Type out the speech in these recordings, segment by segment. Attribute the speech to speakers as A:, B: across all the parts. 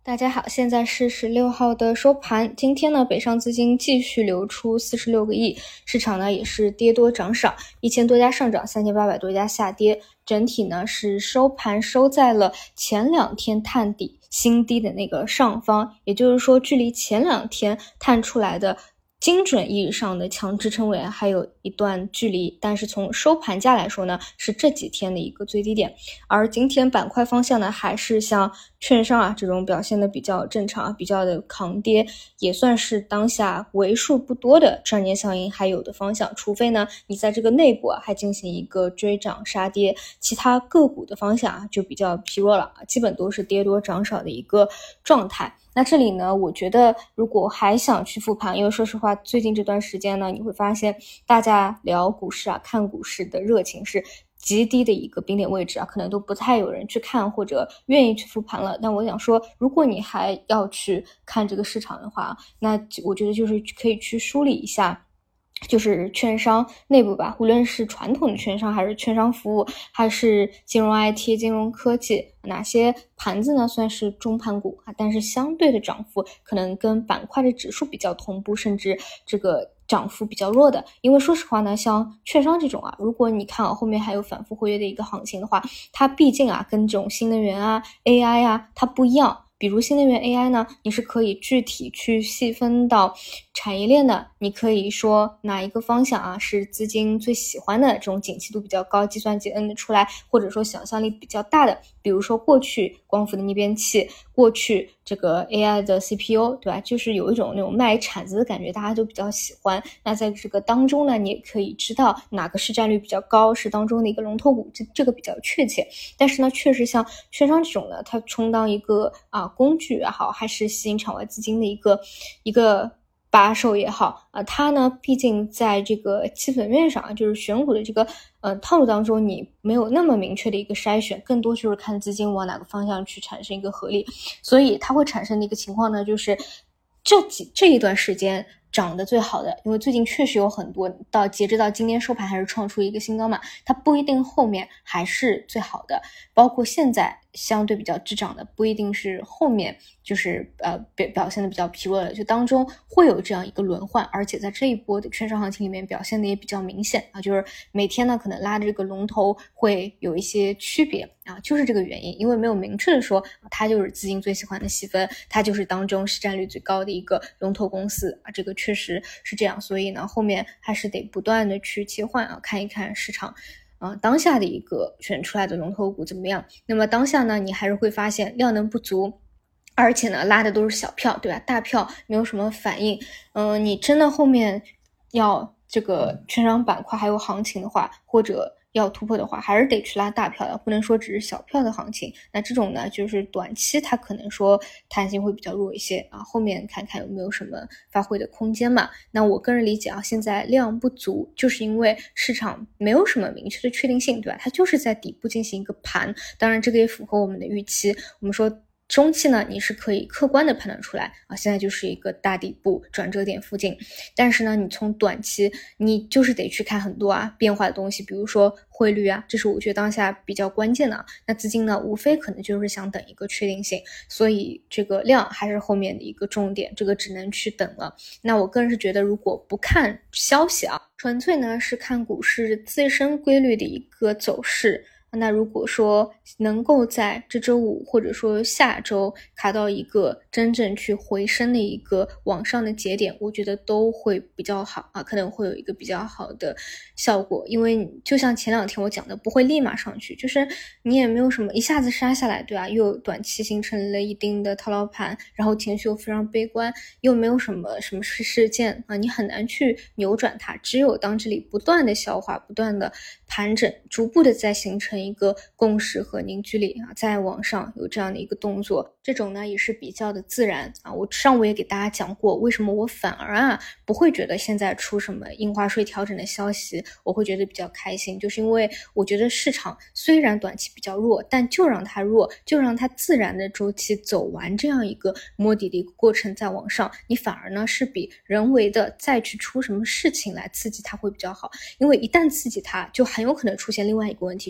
A: 大家好，现在是16号的收盘。今天呢，北上资金继续流出46个亿，市场呢也是跌多涨少，1000多家上涨，3800多家下跌。整体呢是收盘收在了前2天探底新低的那个上方，也就是说距离前2天探出来的精准意义上的强支撑位还有一段距离，但是从收盘价来说呢，是这几天的一个最低点。而今天板块方向呢，还是像券商这种表现的比较正常比较的抗跌，也算是当下为数不多的赚钱效应还有的方向。除非呢，你在这个内部还进行一个追涨杀跌，其他个股的方向就比较疲弱了，基本都是跌多涨少的一个状态。那这里呢，我觉得如果还想去复盘，因为说实话最近这段时间呢，你会发现大家聊股市看股市的热情是极低的一个冰点位置可能都不太有人去看或者愿意去复盘了。但我想说，如果你还要去看这个市场的话，那我觉得就是可以去梳理一下就是券商内部吧，无论是传统的券商还是券商服务，还是金融 IT 金融科技，哪些盘子呢算是中盘股但是相对的涨幅可能跟板块的指数比较同步，甚至这个涨幅比较弱的。因为说实话呢，像券商这种如果你看后面还有反复活跃的一个行情的话，它毕竟跟这种新能源AI 它不一样。比如新能源 AI 呢，你是可以具体去细分到产业链的，你可以说哪一个方向是资金最喜欢的，这种景气度比较高，计算机得出来，或者说想象力比较大的，比如说过去光伏的逆变器，过去这个 AI 的 CPU， 对吧？就是有一种那种卖铲子的感觉，大家都比较喜欢。那在这个当中呢，你也可以知道哪个市占率比较高，是当中的一个龙头股，这个比较确切。但是呢，确实像券商这种呢，它充当一个工具也好，还是吸引场外资金的一个把手也好它呢毕竟在这个基本面上就是选股的这个套路当中，你没有那么明确的一个筛选，更多就是看资金往哪个方向去产生一个合力。所以它会产生的一个情况呢，就是这一段时间涨得最好的，因为最近确实有很多截止到今天收盘还是创出一个新高嘛，它不一定后面还是最好的，包括现在相对比较滞涨的不一定是后面就是表现的比较疲弱的，就当中会有这样一个轮换。而且在这一波的券商行情里面表现的也比较明显就是每天呢可能拉的这个龙头会有一些区别就是这个原因。因为没有明确的说它就是资金最喜欢的细分，它就是当中市占率最高的一个龙头公司这个确实是这样。所以呢后面还是得不断的去切换看一看市场当下的一个选出来的龙头股怎么样。那么当下呢，你还是会发现量能不足，而且呢拉的都是小票，对吧？大票没有什么反应。你真的后面要这个券商板块还有行情的话，或者要突破的话，还是得去拉大票的，不能说只是小票的行情。那这种呢，就是短期它可能说弹性会比较弱一些后面看看有没有什么发挥的空间嘛。那我个人理解现在量不足，就是因为市场没有什么明确的确定性，对吧？它就是在底部进行一个盘，当然这个也符合我们的预期。我们说中期呢，你是可以客观的判断出来现在就是一个大底部转折点附近。但是呢，你从短期你就是得去看很多变化的东西，比如说汇率这是我觉得当下比较关键的那资金呢，无非可能就是想等一个确定性，所以这个量还是后面的一个重点，这个只能去等了。那我个人是觉得，如果不看消息纯粹呢是看股市自身规律的一个走势。那如果说能够在这周五或者说下周卡到一个真正去回升的一个往上的节点，我觉得都会比较好可能会有一个比较好的效果。因为就像前2天我讲的，不会立马上去，就是你也没有什么一下子杀下来，对吧？又短期形成了一定的套牢盘，然后情绪又非常悲观，又没有什么事件你很难去扭转它。只有当这里不断的消化，不断的盘整，逐步的再形成一个共识和凝聚力在往上有这样的一个动作，这种呢也是比较的自然我上午也给大家讲过，为什么我反而不会觉得现在出什么印花税调整的消息我会觉得比较开心，就是因为我觉得市场虽然短期比较弱，但就让它弱，就让它自然的周期走完这样一个摸底的一个过程再往上，你反而呢是比人为的再去出什么事情来刺激它会比较好。因为一旦刺激它，就很有可能出现另外一个问题，就是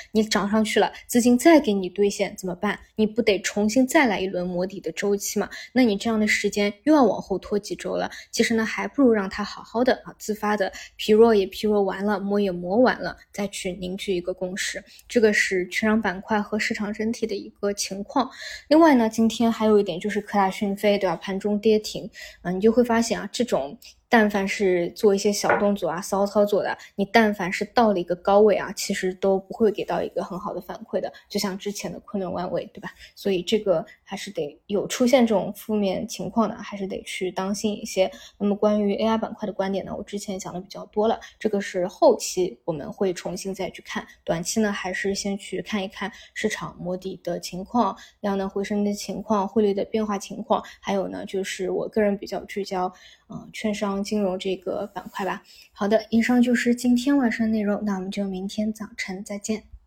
A: 你涨上去了，资金再给你兑现怎么办？你不得重新再来一轮摸底的周期嘛？那你这样的时间又要往后拖几周了，其实呢还不如让它好好的自发的疲弱也疲弱完了，摸也摸完了，再去凝聚一个共识。这个是券商板块和市场整体的一个情况。另外呢，今天还有一点就是科大讯飞，对吧？盘中跌停，你就会发现这种但凡是做一些小动作骚操作的，你但凡是到了一个高位其实都不会给到一个很好的反馈的，就像之前的昆仑万维，对吧？所以这个还是得有出现这种负面情况的，还是得去当心一些。那么关于 AI 板块的观点呢，我之前讲的比较多了，这个是后期我们会重新再去看，短期呢还是先去看一看市场摸底的情况，量能回升的情况，汇率的变化情况，还有呢就是我个人比较聚焦券商金融这个板块吧。好的，以上就是今天晚上的内容，那我们就明天早晨再见。